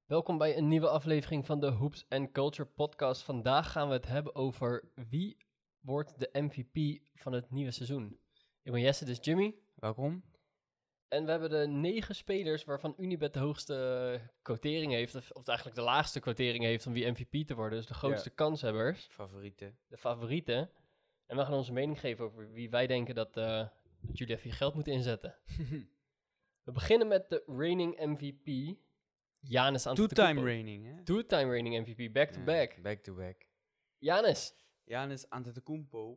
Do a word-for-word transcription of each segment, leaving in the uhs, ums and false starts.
Welkom bij een nieuwe aflevering van de Hoops and Culture podcast. Vandaag gaan we het hebben over wie wordt de M V P van het nieuwe seizoen. Ik ben Jesse, dit is Jimmy. Welkom. En we hebben de negen spelers waarvan Unibet de hoogste quotering heeft, of, of eigenlijk de laagste quotering heeft om wie M V P te worden. Dus de grootste Ja. kanshebbers, Favorieten. de favorieten. En we gaan onze mening geven over wie wij denken dat, uh, dat jullie even je geld moeten inzetten. We beginnen met de reigning M V P. Giannis Antetokounmpo. Two-time reigning, hè? Two-time reigning M V P, back-to-back. Ja, back-to-back. Giannis. Giannis Antetokounmpo.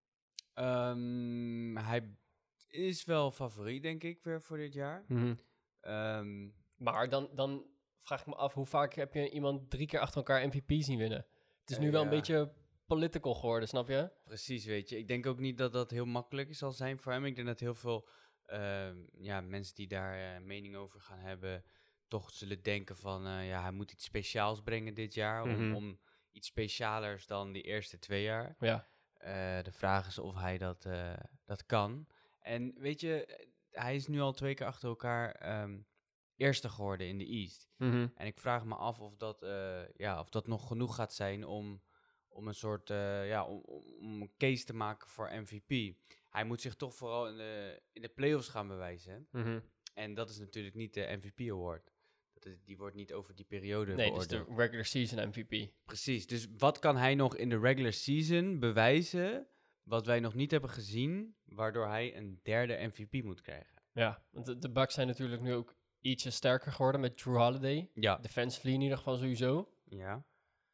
Um, hij is wel favoriet, denk ik, weer voor dit jaar. Mm-hmm. Um, maar dan, dan vraag ik me af, hoe vaak heb je iemand drie keer achter elkaar M V P zien winnen? Het is nu uh, wel ja. een beetje political geworden, snap je? Precies, weet je. Ik denk ook niet dat dat heel makkelijk zal zijn voor hem. Ik denk dat heel veel uh, ja, mensen die daar uh, mening over gaan hebben, toch zullen denken van, uh, ja, hij moet iets speciaals brengen dit jaar. Mm-hmm. Om, om iets specialers dan die eerste twee jaar. Ja. Uh, de vraag is of hij dat, uh, dat kan. En weet je, hij is nu al twee keer achter elkaar um, eerste geworden in de East. Mm-hmm. En ik vraag me af of dat, uh, ja, of dat nog genoeg gaat zijn om, om een soort, uh, ja, om, om een case te maken voor M V P. Hij moet zich toch vooral in de, in de playoffs gaan bewijzen. Mm-hmm. En dat is natuurlijk niet de M V P award. Dat is, die wordt niet over die periode Nee, beoordeeld. dus de regular season M V P. Precies, dus wat kan hij nog in de regular season bewijzen wat wij nog niet hebben gezien, waardoor hij een derde M V P moet krijgen? Ja, want de, de Bucks zijn natuurlijk nu ook ietsje sterker geworden met Drew Holiday. Ja. Defensively in ieder geval sowieso. Ja.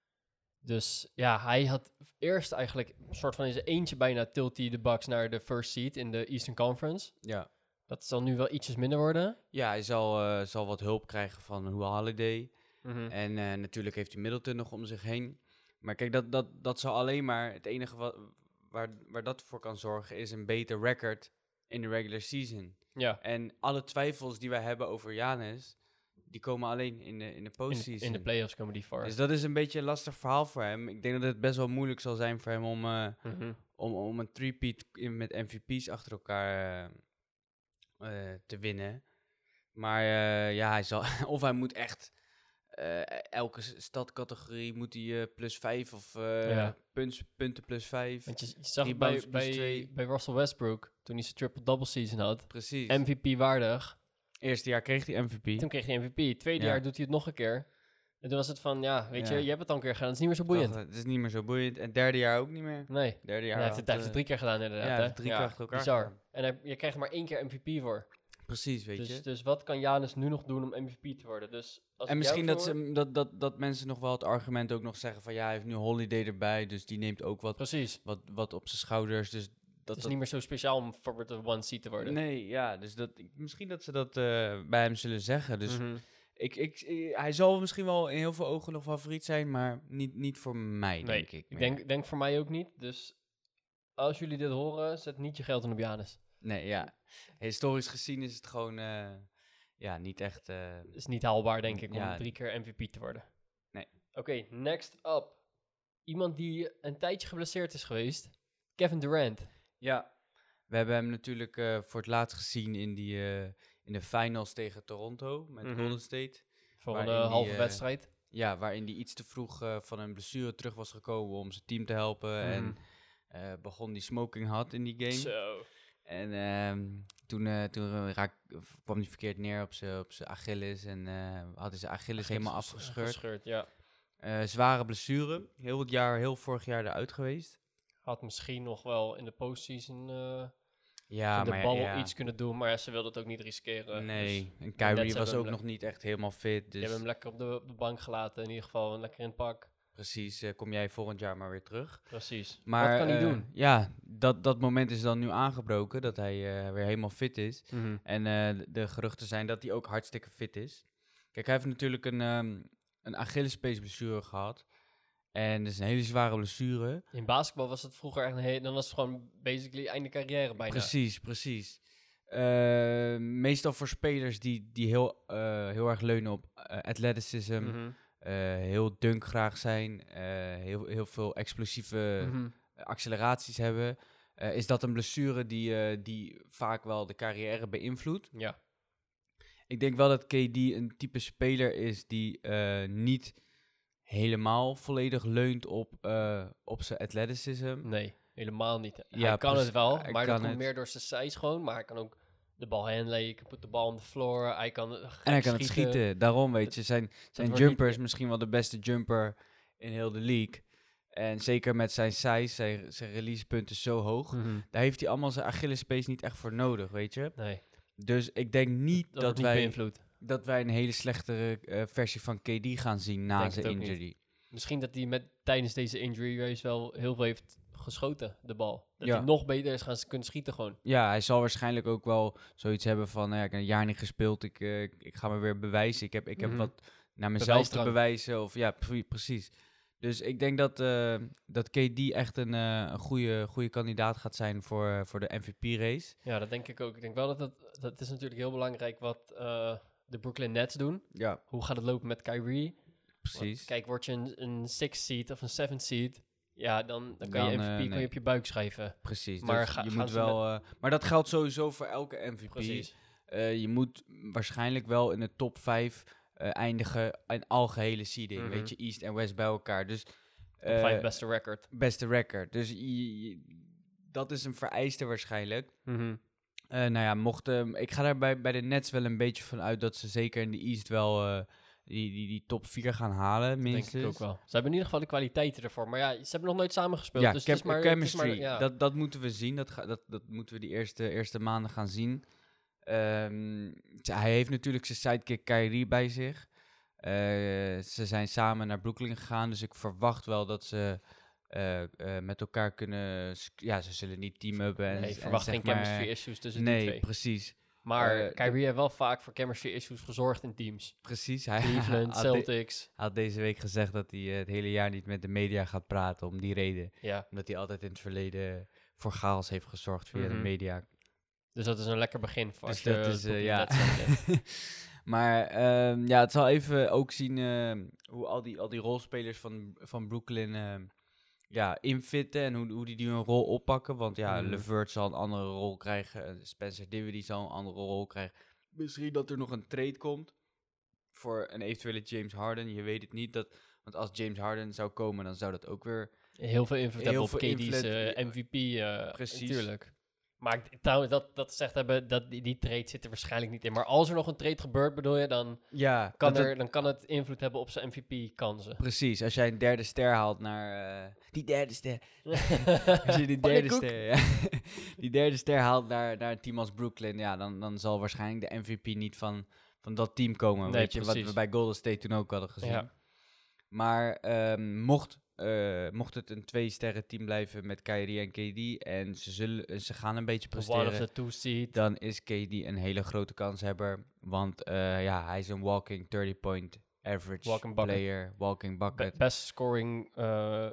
Dus ja, hij had eerst eigenlijk een soort van in zijn eentje bijna tilt hij de Bucks naar de first seed in de Eastern Conference. Ja. Dat zal nu wel ietsjes minder worden. Ja, hij zal, uh, zal wat hulp krijgen van Drew Holiday. Mm-hmm. En uh, natuurlijk heeft hij Middleton nog om zich heen. Maar kijk, dat, dat, dat zal alleen maar het enige wat, waar, waar dat voor kan zorgen is een beter record in de regular season. Ja. En alle twijfels die wij hebben over Giannis, die komen alleen in de, in de postseason. In, in de playoffs komen die voor. Dus dat is een beetje een lastig verhaal voor hem. Ik denk dat het best wel moeilijk zal zijn voor hem om, uh, mm-hmm. om, om een three-peat met M V P's achter elkaar uh, uh, te winnen. Maar uh, ja, hij zal, of hij moet echt uh, elke stadcategorie moet hij uh, plus vijf of uh, ja. punts, punten plus vijf. Want je, je zag bij, bij, bij Russell Westbrook, toen hij zijn triple-double season had. Precies. M V P waardig. Eerste jaar kreeg hij M V P. Toen kreeg hij M V P. Tweede ja. jaar doet hij het nog een keer. En toen was het van, ja, weet ja. je, je hebt het al een keer gedaan. Het is niet meer zo boeiend. Toch, het is niet meer zo boeiend. En derde jaar ook niet meer. Nee. Derde jaar ja, hij heeft het, hij heeft het drie keer gedaan inderdaad. Ja, hè? drie ja, keer achter elkaar. Bizar. Gedaan. En hij, je krijgt er maar één keer M V P voor. Precies, weet dus, je. Dus wat kan Giannis nu nog doen om M V P te worden? Dus als en misschien dat, voor... ze, dat, dat, dat mensen nog wel het argument ook nog zeggen van, ja, hij heeft nu Holiday erbij, dus die neemt ook wat, Precies. wat, wat op zijn schouders. Dus dat, het is dat, niet meer zo speciaal om voor de one seed te worden. Nee, ja, dus dat, misschien dat ze dat uh, bij hem zullen zeggen. Dus mm-hmm. ik, ik, ik, hij zal misschien wel in heel veel ogen nog favoriet zijn, maar niet, niet voor mij, nee, denk ik. Ik denk, denk voor mij ook niet. Dus als jullie dit horen, zet niet je geld in op Giannis. Nee, ja. Historisch gezien is het gewoon uh, ja, niet echt... Uh, is niet haalbaar, denk ik, om ja, drie keer M V P te worden. Nee. Oké, okay, next up. Iemand die een tijdje geblesseerd is geweest. Kevin Durant. Ja, we hebben hem natuurlijk uh, voor het laatst gezien in, die, uh, in de finals tegen Toronto met mm-hmm. Golden State. Voor een uh, halve die, uh, wedstrijd. Ja, waarin hij iets te vroeg uh, van een blessure terug was gekomen om zijn team te helpen. Mm. En uh, begon die smoking hot in die game. Zo. En um, toen, uh, toen raak, kwam hij verkeerd neer op zijn op Achilles en uh, had hij zijn Achilles helemaal afgescheurd. afgescheurd ja. uh, zware blessure. Heel het jaar, heel vorig jaar eruit geweest. Had misschien nog wel in de postseason uh, ja, de maar bal ja. iets kunnen doen, maar ze wilde het ook niet riskeren. Nee, dus en Kyrie was ook nog niet echt helemaal fit. Dus je hebt hem lekker op de, op de bank gelaten, in ieder geval lekker in het pak. Precies, uh, kom jij volgend jaar maar weer terug. Precies. Maar, wat kan hij uh, doen? Ja, dat, dat moment is dan nu aangebroken, dat hij uh, weer helemaal fit is. Mm-hmm. En uh, de geruchten zijn dat hij ook hartstikke fit is. Kijk, hij heeft natuurlijk een, um, een Achillespeesblessure gehad. En dat is een hele zware blessure. In basketbal was het vroeger echt een hele... Dan was het gewoon basically einde carrière bijna. Precies, precies. Uh, meestal voor spelers die, die heel, uh, heel erg leunen op uh, athleticism... Mm-hmm. Uh, heel dunk graag zijn, uh, heel, heel veel explosieve mm-hmm. acceleraties hebben, uh, is dat een blessure die, uh, die vaak wel de carrière beïnvloedt. Ja. Ik denk wel dat K D een type speler is die uh, niet helemaal volledig leunt op, uh, op zijn athleticism. Nee, helemaal niet. Ja, hij kan precies, het wel, hij maar kan dat komt het. meer door zijn size gewoon. Maar hij kan ook de bal handelen, je kan put de bal on the floor, hij kan En hij kan schieten. het schieten, daarom weet je. Zijn, zijn wordt jumper niet- is misschien wel de beste jumper in heel de league. En zeker met zijn size, zijn, zijn releasepunt is zo hoog. Mm-hmm. Daar heeft hij allemaal zijn Achillespees niet echt voor nodig, weet je. Nee, Dus ik denk niet dat, dat, wordt niet wij, beïnvloed. dat wij een hele slechtere uh, versie van K D gaan zien na Denk zijn het ook injury. Misschien dat hij met, tijdens deze injury race wel heel veel heeft geschoten, de bal. Dat Ja. hij nog beter is gaan s- kunnen schieten gewoon. Ja, hij zal waarschijnlijk ook wel zoiets hebben van, nou ja, ik heb een jaar niet gespeeld, ik, uh, ik ga me weer bewijzen. Ik heb, ik heb Mhm. wat naar mezelf Bewijsdrang. te bewijzen. Of, ja, pre- precies. Dus ik denk dat, uh, dat K D echt een, uh, een goede, goede kandidaat gaat zijn voor, uh, voor de M V P-race. Ja, dat denk ik ook. Ik denk wel dat het, dat is natuurlijk heel belangrijk wat uh, de Brooklyn Nets doen. Ja, Hoe gaat het lopen met Kyrie? precies. Want, kijk, word je een, een six seed of een seven seed, ja, dan, dan kan Dan, je M V P uh, kan nee. je op je buik schrijven. Precies, Maar dus ga- je gaan moet ze wel... Uh, maar dat geldt sowieso voor elke M V P. Precies. Uh, je moet waarschijnlijk wel in de top vijf uh, eindigen in algehele seeding. Mhm. Weet je, East en West bij elkaar. Dus, Top uh, vijf beste record. beste record. Dus je, je, dat is een vereiste waarschijnlijk. Mhm. Uh, nou ja, mocht... Uh, ik ga daar bij, bij de Nets wel een beetje van uit dat ze zeker in de East wel... Uh, Die, die, die top vier gaan halen, minstens. Denk ik ook wel. Ze hebben in ieder geval de kwaliteiten ervoor. Maar ja, ze hebben nog nooit samen gespeeld. Ja, dus chem- het is maar, het is chemistry. maar, ja. dat, dat moeten we zien. Dat, ga, dat, dat moeten we die eerste, eerste maanden gaan zien. Um, hij heeft natuurlijk zijn sidekick Kyrie bij zich. Uh, ze zijn samen naar Brooklyn gegaan. Dus ik verwacht wel dat ze uh, uh, met elkaar kunnen... Ja, ze zullen niet team-uppen. En, Nee, ik en verwacht zeg geen maar, chemistry issues tussen nee, die twee. precies. Maar Uh, Kyrie heeft wel vaak voor chemistry issues gezorgd in teams. Precies. Hij Cleveland, had de- Celtics. had deze week gezegd dat hij uh, het hele jaar niet met de media gaat praten om die reden. Ja, Omdat hij altijd in het verleden voor chaos heeft gezorgd via Mhm. de media. dus dat is een lekker begin voor Dus als je dat is, uh, Brooklyn ja. Nets fan bent. Maar um, ja, het zal even ook zien uh, hoe al die, al die rolspelers van, van Brooklyn uh, ja, infitten en hoe, hoe die, die hun rol oppakken. Want ja, Mhm. LeVert zal een andere rol krijgen, uh, Spencer Dinwiddie zal een andere rol krijgen. Misschien dat er nog een trade komt voor een eventuele James Harden, je weet het niet. Dat, want als James Harden zou komen, dan zou dat ook weer... Heel veel invloed Heel hebben op veel K D's invloed, uh, ja. M V P. Uh, Precies. Natuurlijk. Maar ik- trouwens, dat, dat zegt hebben, dat die, die trade zit er waarschijnlijk niet in. Maar als er nog een trade gebeurt, bedoel je, dan Ja, kan, dat er, het- dan kan het invloed hebben op zijn M V P-kansen. precies. Als jij een derde ster haalt naar... Uh, die derde ster... Als je die derde Pannenkoek. ster, ja, die derde ster haalt naar, naar een team als Brooklyn, ja, dan, dan zal waarschijnlijk de M V P niet van, van dat team komen. Nee, weet je, wat precies. we bij Golden State toen ook hadden gezien. Ja. Maar ehm, mocht, uh, mocht het een twee-sterren team blijven met Kyrie en K D en ze, zullen, ze gaan een beetje One of presteren, the two seed. dan is K D een hele grote kanshebber. Want uh, ja, hij is een walking thirty-point average Walking bucket. player, walking Be- bucket. best scoring uh,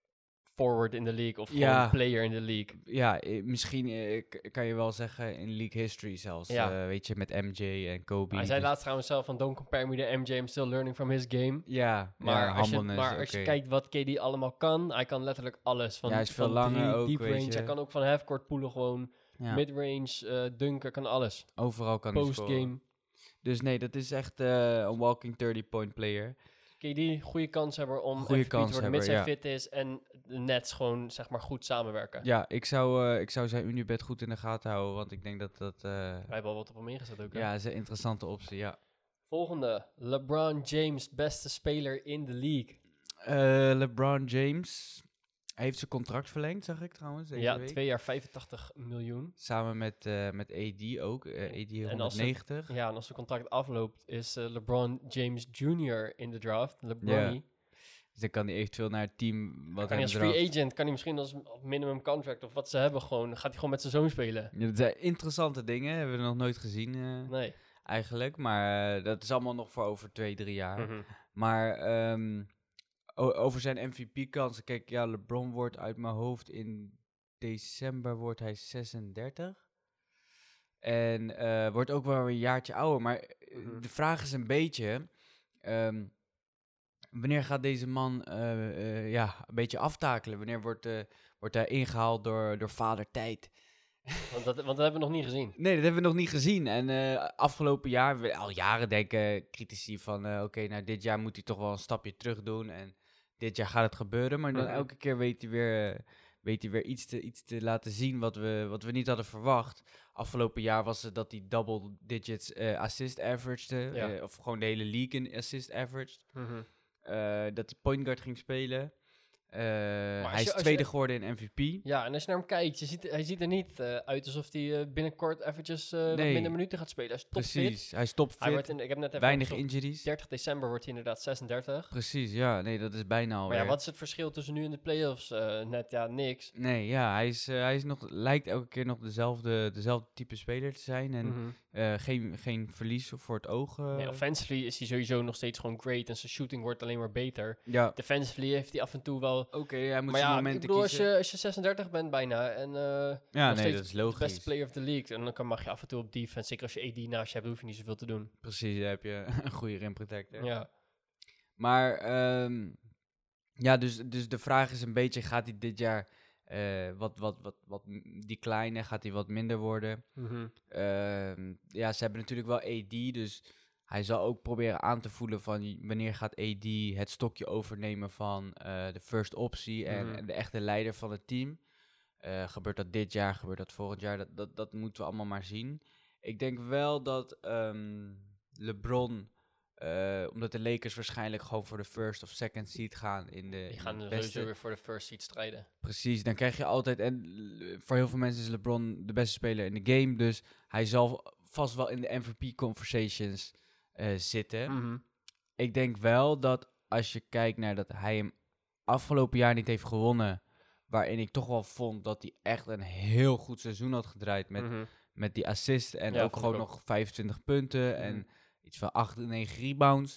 forward in the league. Of Ja. gewoon player in the league. Ja, eh, misschien eh, k- kan je wel zeggen in league history zelfs. Ja. Eh, weet je, met M J en Kobe. Hij zei dus- laatst trouwens zelf van... Don't compare me to M J, I'm still learning from his game. Ja, Maar, ja, als, je, humbleness, maar als je oké. kijkt wat K D allemaal kan... Hij kan letterlijk alles. Van, Ja, hij is veel van langer drie, ook, deep weet range. je. Hij kan ook van halfcourt poelen gewoon. Ja, Midrange, uh, dunken, kan alles. overal kan hij Postgame. scoren. Dus nee, dat is echt eh, een walking thirty-point player. K D, goede kans hebben om Goeie M V P te worden, kanshebber, mits hij ja. fit is en de Nets gewoon zeg maar goed samenwerken. Ja, ik zou, eh, ik zou zijn Unibet goed in de gaten houden, want ik denk dat dat... eh, Wij hebben al wat op hem ingezet ook. hè? ja, is een interessante optie, ja. Volgende, LeBron James, beste speler in de league. Eh, LeBron James heeft zijn contract verlengd, zag ik trouwens, deze Ja, week. twee jaar vijfentachtig miljoen. Samen met, eh, met A D ook, eh, A D En als ze- honderdnegentig. Ja, en als zijn contract afloopt is uh, LeBron James junior in de draft. LeBronnie. Dus dan kan hij eventueel naar het team wat Kan hij hem als draft. free agent, kan hij misschien als m- minimum contract of wat ze hebben gewoon, gaat hij gewoon met zijn zoon spelen. Ja, dat zijn interessante dingen, hebben we nog nooit gezien eh, Nee. eigenlijk. Maar eh, dat is allemaal nog voor over twee, drie jaar. Mhm. Maar ehm, o- over zijn M V P-kansen, kijk, ja, LeBron wordt uit mijn hoofd in december wordt hij zesendertig. En eh, wordt ook wel een jaartje ouder. Maar eh, Mhm. de vraag is een beetje, ehm, wanneer gaat deze man eh, eh, ja, een beetje aftakelen? Wanneer wordt, eh, wordt hij ingehaald door, door vader tijd? Want dat, want dat hebben we nog niet gezien. Nee, dat hebben we nog niet gezien. En uh, afgelopen jaar, we, al jaren denken critici van... Uh, Oké, okay, nou dit jaar moet hij toch wel een stapje terug doen. En dit jaar gaat het gebeuren. Maar dan Mm-hmm. elke keer weet hij weer, uh, weet hij weer iets, te, iets te laten zien wat we, wat we niet hadden verwacht. Afgelopen jaar was het dat hij double digits uh, assist averaged. Ja. Uh, of gewoon de hele league in assist averaged. Mm-hmm. Uh, dat hij point guard ging spelen. Uh, hij je, is tweede je, geworden in M V P. Ja, en als je naar hem kijkt, je ziet, hij ziet er niet uh, uit alsof hij uh, binnenkort eventjes uh, nee. wat minder minuten gaat spelen. Hij is topfit. Precies, hij is topfit. Hij wordt in, ik heb net even weinig opgezocht, injuries. dertig december wordt hij inderdaad zesendertig. Precies, ja. Nee, dat is bijna al. Maar ja, wat is het verschil tussen nu en de playoffs? Uh, net, ja, niks. Nee, ja, hij, is, uh, hij is nog, lijkt elke keer nog dezelfde, dezelfde type speler te zijn. En Mm-hmm. uh, geen, geen verlies voor het oog. Uh. Nee, offensively is hij sowieso nog steeds gewoon great en zijn shooting wordt alleen maar beter. Ja. Defensively heeft hij af en toe wel... Oké, okay, hij moet maar zijn ja, momenten ik bedoel, kiezen. Als je, als je zesendertig bent bijna en uh, ja, nog nee, steeds dat is logisch. de beste player of the league, en dan kan, mag je af en toe op defense, zeker als je A D naast je hebt, hoef je niet zoveel te doen. Precies, dan heb je een goede rim protector. Ja. Maar, um, ja, dus, dus de vraag is een beetje, gaat hij dit jaar... Uh, wat, wat, wat, wat declinen, gaat hij wat minder worden. Mm-hmm. Uh, ja, ze hebben natuurlijk wel A D, dus hij zal ook proberen aan te voelen van wanneer gaat A D het stokje overnemen van uh, de first optie en, Mm-hmm. en de echte leider van het team. Uh, gebeurt dat dit jaar, gebeurt dat volgend jaar, dat, dat, dat moeten we allemaal maar zien. Ik denk wel dat um, LeBron... Uh, omdat de Lakers waarschijnlijk gewoon voor de first of second seed gaan in de Die gaan in de sowieso beste. weer voor de first seed strijden. Precies, dan krijg je altijd... En voor heel veel mensen is LeBron de beste speler in de game. Dus hij zal vast wel in de M V P conversations uh, zitten. Mm-hmm. Ik denk wel dat als je kijkt naar dat hij hem afgelopen jaar niet heeft gewonnen... waarin ik toch wel vond dat hij echt een heel goed seizoen had gedraaid... met, mm-hmm. met die assist en ja, ook gewoon ook. nog vijfentwintig punten... Mm-hmm. en iets van acht, negen rebounds.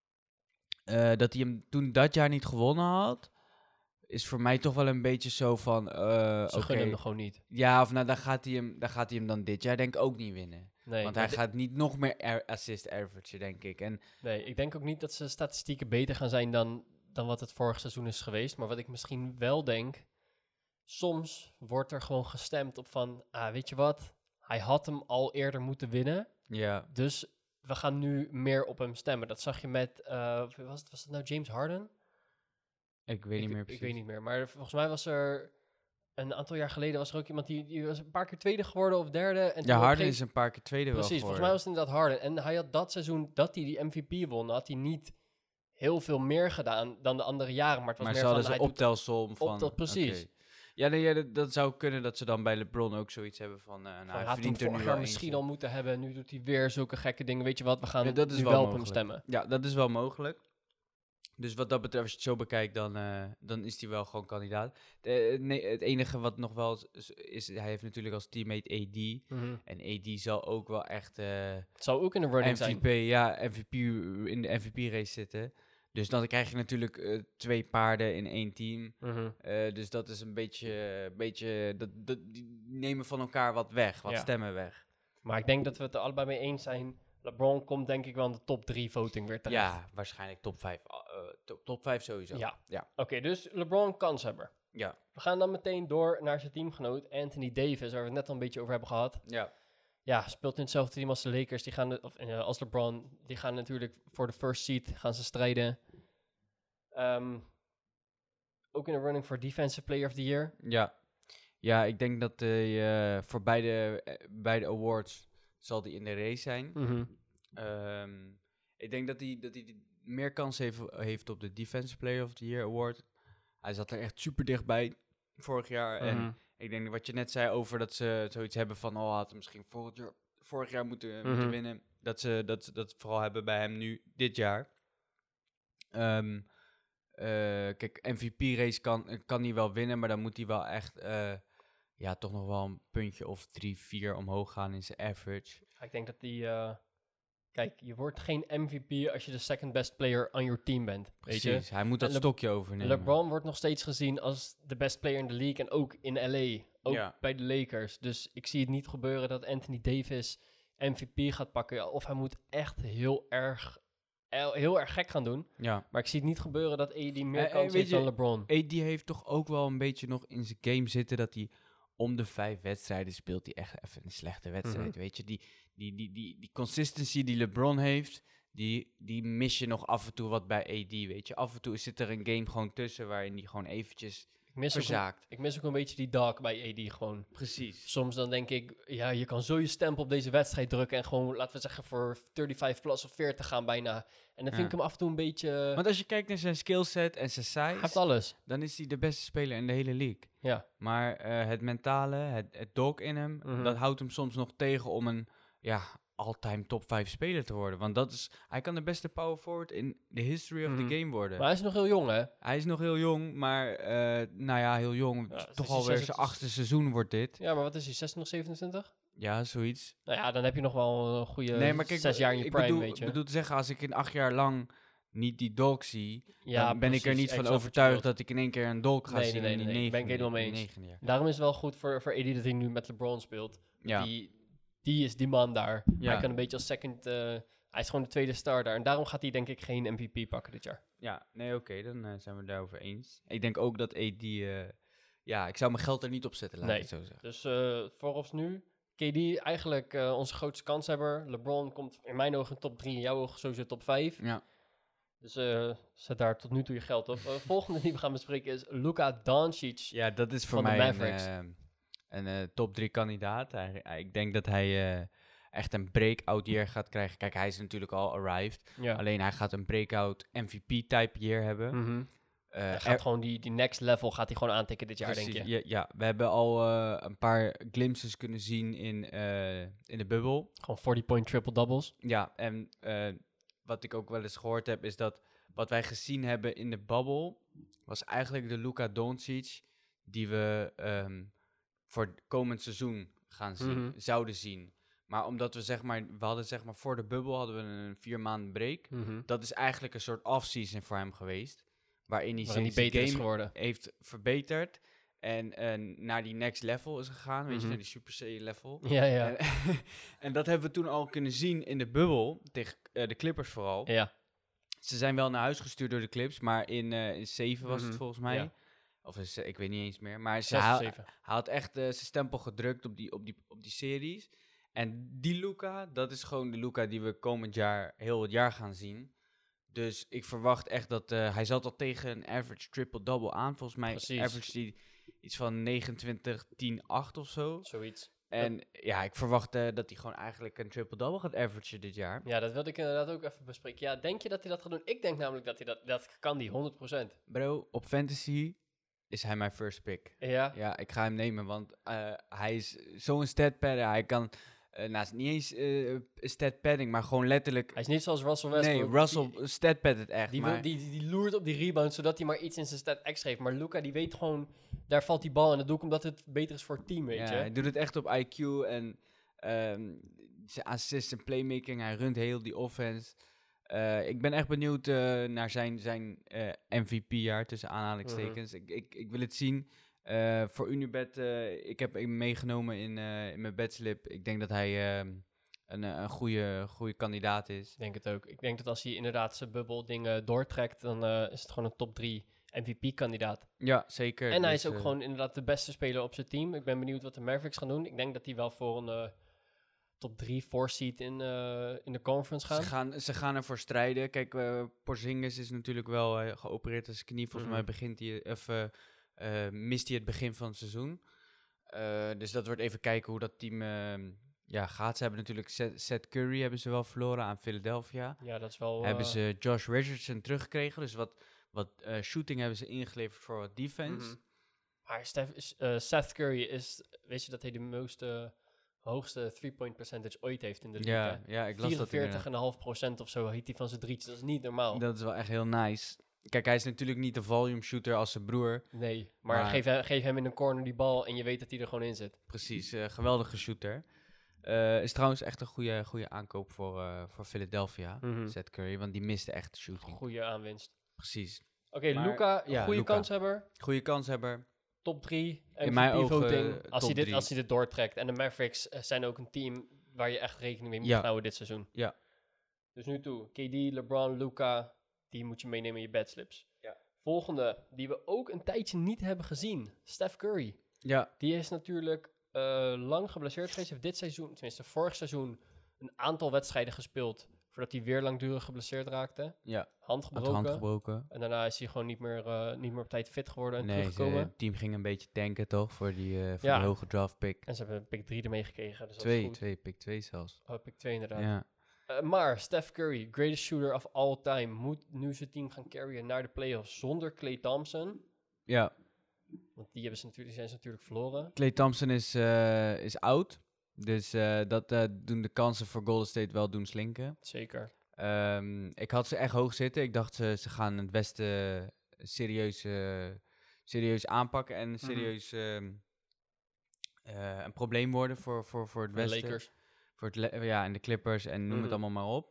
Uh, dat hij hem toen dat jaar niet gewonnen had... is voor mij toch wel een beetje zo van... Uh, Ze okay, gunnen hem gewoon niet. Ja, of nou, dan gaat, hij hem, dan gaat hij hem dan dit jaar denk ik ook niet winnen. Nee, Want hij de- gaat niet nog meer air assist average, denk ik. En nee, ik denk ook niet dat zijn statistieken beter gaan zijn dan, dan wat het vorig seizoen is geweest. Maar wat ik misschien wel denk... Soms wordt er gewoon gestemd op van... Ah, weet je wat? Hij had hem al eerder moeten winnen. ja. Dus we gaan nu meer op hem stemmen. Dat zag je met... Uh, was, het, was het nou James Harden? Ik weet ik, niet meer ik precies. Ik weet niet meer. Maar volgens mij was er... Een aantal jaar geleden was er ook iemand die, die was een paar keer tweede geworden of derde. En ja, Harden geen... is een paar keer tweede Precies, wel volgens mij was het inderdaad Harden. En hij had dat seizoen dat hij die M V P won, had hij niet heel veel meer gedaan dan de andere jaren. Maar het was maar meer ze van... hadden ze optelsom van... Optel, precies. Okay. Ja, nee, ja dat, dat zou kunnen dat ze dan bij LeBron ook zoiets hebben van... Uh, nou, Van, hij had verdient hem er nu vorig wel jaar misschien eentje. al moeten hebben. Nu doet hij weer zulke gekke dingen. Weet je wat, we gaan Ja, dat is nu wel wel op hem mogelijk. stemmen. Ja, dat is wel mogelijk. Dus wat dat betreft, als je het zo bekijkt, dan, uh, dan is hij wel gewoon kandidaat. De, nee, het enige wat nog wel is, is, hij heeft natuurlijk als teammate A D. Mm-hmm. En A D zal ook wel echt uh, Het zou ook in de running M V P, zijn. ja, M V P in de M V P-race zitten. Dus dan krijg je natuurlijk uh, twee paarden in één team. Mm-hmm. Uh, dus dat is een beetje, uh, beetje dat, dat, die nemen van elkaar wat weg, wat Ja. stemmen weg. Maar ik denk dat we het er allebei mee eens zijn. LeBron komt denk ik wel in de top drie voting weer terecht. Ja, waarschijnlijk top vijf. Uh, top, top vijf sowieso. Ja. Ja. Oké, okay, dus LeBron kanshebber. Ja. We gaan dan meteen door naar zijn teamgenoot Anthony Davis, waar we het net al een beetje over hebben gehad. Ja. Ja, speelt in hetzelfde team als de Lakers. Die gaan de, of uh, als LeBron. Die gaan natuurlijk voor de first seed gaan ze strijden. Um, ook in de running voor Defensive Player of the Year. Ja, ja ik denk dat hij uh, voor beide, uh, beide awards zal hij in de race zijn. Mm-hmm. Um, ik denk dat hij, dat hij meer kans heeft, heeft op de Defensive Player of the Year award. Hij zat er echt super dichtbij vorig jaar. Mm-hmm. En ik denk wat je net zei over dat ze zoiets hebben van... oh, had hij misschien vorig jaar, vorig jaar moeten, mm-hmm. moeten winnen. Dat ze dat, dat vooral hebben bij hem nu, dit jaar. Um, uh, kijk, M V P-race kan, kan hij wel winnen, maar dan moet hij wel echt... Uh, ja, toch nog wel een puntje of drie, vier omhoog gaan in zijn average. Ik denk dat die... Uh, kijk, je wordt geen M V P als je de second best player on your team bent. Precies, weet je? hij moet dat Le- stokje overnemen. LeBron wordt nog steeds gezien als de best player in de league en ook in L A. Ook ja. bij de Lakers. Dus ik zie het niet gebeuren dat Anthony Davis M V P gaat pakken. Of hij moet echt heel erg... heel erg gek gaan doen. Ja. Maar ik zie het niet gebeuren dat A D meer uh, kans heeft je, dan LeBron. A D heeft toch ook wel een beetje nog in zijn game zitten dat hij om de vijf wedstrijden speelt hij echt even een slechte wedstrijd, Mm-hmm. weet je. Die, die, die, die, die consistency die LeBron heeft, die, die mis je nog af en toe wat bij A D, weet je. Af en toe zit er een game gewoon tussen waarin die gewoon eventjes Ik mis, ook verzaakt. een, ik mis ook een beetje die dog bij A D gewoon. Precies. Soms dan denk ik, ja, je kan zo je stempel op deze wedstrijd drukken en gewoon, laten we zeggen, voor vijfendertig plus of veertig gaan bijna. En dan vind Ja. ik hem af en toe een beetje... Want als je kijkt naar zijn skillset en zijn Hij heeft size, alles. dan is hij de beste speler in de hele league. Ja. Maar uh, het mentale, het, het dog in hem, Mm-hmm. dat houdt hem soms nog tegen om een ja, all-time top vijf speler te worden. Want dat is, hij kan de beste power forward in de history of Mm-hmm. the game worden. Maar hij is nog heel jong, hè? Hij is nog heel jong, maar uh, nou ja, heel jong. Ja, toch dus alweer zes- zijn achtste seizoen wordt dit. Ja, maar wat is hij, zesentwintig, zevenentwintig? Ja, zoiets. Nou ja, dan heb je nog wel een goede nee, maar kijk, zes jaar in je ik prime, bedoel, weet je. Ik bedoel te zeggen, als ik in acht jaar lang niet die dog zie, Ja, dan ben precies, ik er niet ik van snap wat je overtuigd bedoelt. dat ik in één keer een dog ga Nee, zien nee, in nee, die nee, ben ik negende, helemaal mee eens. negende jaar. Daarom is het wel goed voor, voor A D dat hij nu met LeBron speelt. Ja. Die, die is die man daar. Ja. Hij kan een beetje als second... Uh, hij is gewoon de tweede starter. En daarom gaat hij denk ik geen M V P pakken dit jaar. Ja, nee, oké, okay, dan uh, zijn we het daarover eens. Ik denk ook dat A D... Uh, ja, ik zou mijn geld er niet op zetten, laat nee. ik het zo zeggen. Dus uh, vooraf nu, K D eigenlijk uh, onze grootste kanshebber. LeBron komt in mijn ogen top drie, in jouw ogen sowieso top vijf. Ja. Dus uh, zet daar tot nu toe je geld op. Uh, volgende die we gaan bespreken is Luka Doncic. Ja, dat is voor van mij de Mavericks. een, uh, een uh, top drie kandidaat. Hij, hij, ik denk dat hij... Uh, echt een breakout year gaat krijgen. Kijk, hij is natuurlijk al arrived. Ja. Alleen hij gaat een breakout M V P-type year hebben. Mm-hmm. Uh, hij gaat er, gewoon die, die next level gaat hij gewoon aantikken dit jaar, precies, denk je? Ja, ja, we hebben al uh, een paar glimpses kunnen zien in, uh, in de bubbel. Gewoon forty point triple-doubles. Ja, en uh, wat ik ook wel eens gehoord heb, is dat wat wij gezien hebben in de bubble was eigenlijk de Luka Doncic die we um, voor het komend seizoen gaan zien, mm-hmm. zouden zien. Maar omdat we zeg maar, we hadden zeg maar voor de bubbel hadden we een vier maanden break. Mm-hmm. Dat is eigenlijk een soort off-season voor hem geweest. Waarin hij waarin zijn die beter game is geworden. heeft verbeterd. En uh, naar die next level is gegaan. Mm-hmm. Weet je, naar die Super Saiyan level. Ja, ja. En, en dat hebben we toen al kunnen zien in de bubbel. Tegen uh, de Clippers vooral. Ja. Ze zijn wel naar huis gestuurd door de Clips. Maar in, uh, in zeven was mm-hmm. het volgens mij. Ja. Of is, ik weet niet eens meer. Maar ze zes haal, of zeven. hij had echt uh, zijn stempel gedrukt op die, op, die, op die series. En die Luka, dat is gewoon de Luka die we komend jaar heel het jaar gaan zien. Dus ik verwacht echt dat... Uh, hij zat al tegen een average triple-double aan. Volgens mij Precies. average die iets van negenentwintig, tien, acht of zo. Zoiets. En dat, ja, ik verwacht uh, dat hij gewoon eigenlijk een triple-double gaat averagen dit jaar. Ja, dat wilde ik inderdaad ook even bespreken. Ja, denk je dat hij dat gaat doen? Ik denk namelijk dat hij dat... Dat kan die, honderd procent. Bro, op fantasy is hij mijn first pick. Ja? Ja, ik ga hem nemen, want uh, hij is zo'n stat padder. Hij kan... Uh, nou, niet eens uh, stat padding, maar gewoon letterlijk... Hij is niet zoals Russell Westbrook. Nee, Russell die, stat pad het echt. Die, maar wil, die, die, die loert op die rebound, zodat hij maar iets in zijn stat extra heeft. Maar Luka, die weet gewoon, daar valt die bal. En dat doe ik omdat het beter is voor het team, weet ja, je. Hij doet het echt op I Q en um, zijn assist en playmaking. Hij runt heel die offense. Uh, ik ben echt benieuwd uh, naar zijn, zijn uh, M V P-jaar, tussen aanhalingstekens. Uh-huh. ik, ik, ik wil het zien. Uh, voor Unibet, uh, ik heb hem meegenomen in, uh, in mijn bedslip. Ik denk dat hij uh, een, een goede, goede kandidaat is. Ik denk het ook. Ik denk dat als hij inderdaad zijn bubbel dingen doortrekt, dan uh, is het gewoon een top drie M V P-kandidaat. Ja, zeker. En dus, hij is ook uh, gewoon inderdaad de beste speler op zijn team. Ik ben benieuwd wat de Mavericks gaan doen. Ik denk dat die wel voor een uh, top drie, four seed in, uh, in de conference gaan. Ze gaan, ze gaan ervoor strijden. Kijk, uh, Porzingis is natuurlijk wel uh, geopereerd aan zijn knie. Volgens mm-hmm. mij begint hij even... Uh, mist hij het begin van het seizoen. Uh, dus dat wordt even kijken hoe dat team uh, ja, gaat. Ze hebben natuurlijk Seth, Seth Curry hebben ze wel verloren aan Philadelphia. Ja, dat is wel... Uh... Hebben ze Josh Richardson teruggekregen. Dus wat, wat uh, shooting hebben ze ingeleverd voor wat defense. Mm-hmm. Maar Steph, uh, Seth Curry is... Weet je dat hij de meeste... hoogste three-point percentage ooit heeft in de league. Ja, ja, ik las vierenveertig komma vijf procent of zo hiet hij van zijn drietjes. Dat is niet normaal. Dat is wel echt heel nice. Kijk, hij is natuurlijk niet de volume shooter als zijn broer. Nee, maar, maar geef, hem, geef hem in een corner die bal en je weet dat hij er gewoon in zit. Precies, uh, geweldige shooter. Uh, is trouwens echt een goede, goede aankoop voor, uh, voor Philadelphia, mm-hmm. Seth Curry, want die miste echt shooting. Goede aanwinst. Precies. Oké, okay, Luka, ja, goede Luka. kanshebber. Goede kanshebber. Top drie, M V P in mijn ogen, voting, uh, als, hij dit, als hij dit doortrekt. En de Mavericks uh, zijn ook een team waar je echt rekening mee moet ja. houden dit seizoen. Ja. Dus nu toe, K D, LeBron, Luka, die moet je meenemen in je bedslips. Ja. Volgende, die we ook een tijdje niet hebben gezien, Steph Curry. Ja. Die is natuurlijk uh, lang geblesseerd geweest. Heeft dit seizoen, tenminste vorig seizoen, een aantal wedstrijden gespeeld voordat hij weer langdurig geblesseerd raakte. Ja. Hand gebroken. hand gebroken. En daarna is hij gewoon niet meer, uh, niet meer op tijd fit geworden en nee, teruggekomen. Het team ging een beetje tanken toch, voor die, uh, voor ja. die hoge draft pick. En ze hebben pick drie ermee gekregen. Dus twee, twee, pick twee zelfs. Oh, pick twee inderdaad. Ja. Uh, maar Steph Curry, greatest shooter of all time, moet nu zijn team gaan carryen naar de playoffs zonder Klay Thompson. Ja. Want die, hebben ze natuurlijk, die zijn ze natuurlijk verloren. Klay Thompson is, uh, is oud. Dus uh, dat uh, doen de kansen voor Golden State wel doen slinken. Zeker. Um, ik had ze echt hoog zitten. Ik dacht, ze, ze gaan het Westen serieus, uh, serieus aanpakken. En serieus mm-hmm. uh, uh, een probleem worden voor, voor, voor het voor Westen. De Lakers. Voor het le- ja, en de Clippers en noem mm-hmm. het allemaal maar op.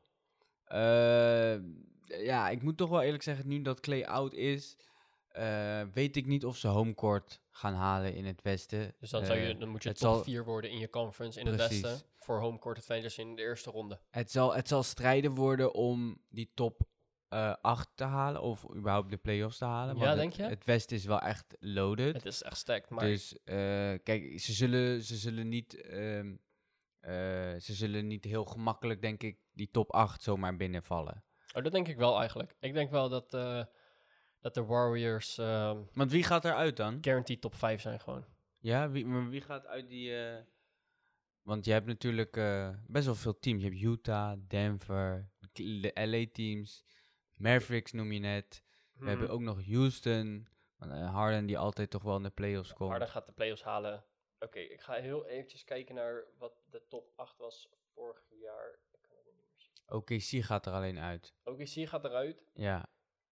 Uh, ja, ik moet toch wel eerlijk zeggen, nu dat Klay oud is... Uh, weet ik niet of ze homecourt gaan halen in het Westen. Dus dan, zou je, dan moet je het top zal, vier worden in je conference in precies. het Westen. Voor homecourt advantage in de eerste ronde. Het zal, het zal strijden worden om die top uh, acht te halen. Of überhaupt de playoffs te halen. Ja, want denk het, je? Het Westen is wel echt loaded. Het is echt stacked. Maar dus uh, kijk, ze zullen, ze zullen niet... Um, uh, ze zullen niet heel gemakkelijk, denk ik, die top acht zomaar binnenvallen. Oh, dat denk ik wel eigenlijk. Ik denk wel dat... Uh, Dat de Warriors... Uh, Want wie gaat eruit dan? Guaranteed top vijf zijn gewoon. Ja, wie, maar wie gaat uit die... Uh, want je hebt natuurlijk uh, best wel veel teams. Je hebt Utah, Denver, de L A-teams. Mavericks noem je net. We hmm. hebben ook nog Houston. Uh, Harden die altijd toch wel in de playoffs komt. Harden gaat de playoffs halen. Oké, okay, ik ga heel eventjes kijken naar wat de top acht was vorig jaar. Ik kan het niet meer zien. O K C gaat er alleen uit. O K C gaat eruit. Ja.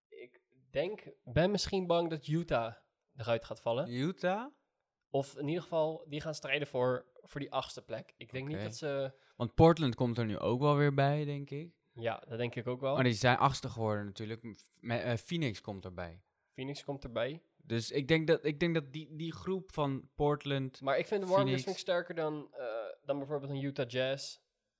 denk, ben misschien bang dat Utah eruit gaat vallen. Utah? Of in ieder geval, die gaan strijden voor, voor die achtste plek. Ik denk okay. niet dat ze... Want Portland komt er nu ook wel weer bij, denk ik. Ja, dat denk ik ook wel. Maar die zijn achtste geworden natuurlijk. Me- uh, Phoenix komt erbij. Phoenix komt erbij. Dus ik denk dat, ik denk dat die, die groep van Portland... Maar ik vind de Warriors vind ik sterker dan, uh, dan bijvoorbeeld een Utah Jazz.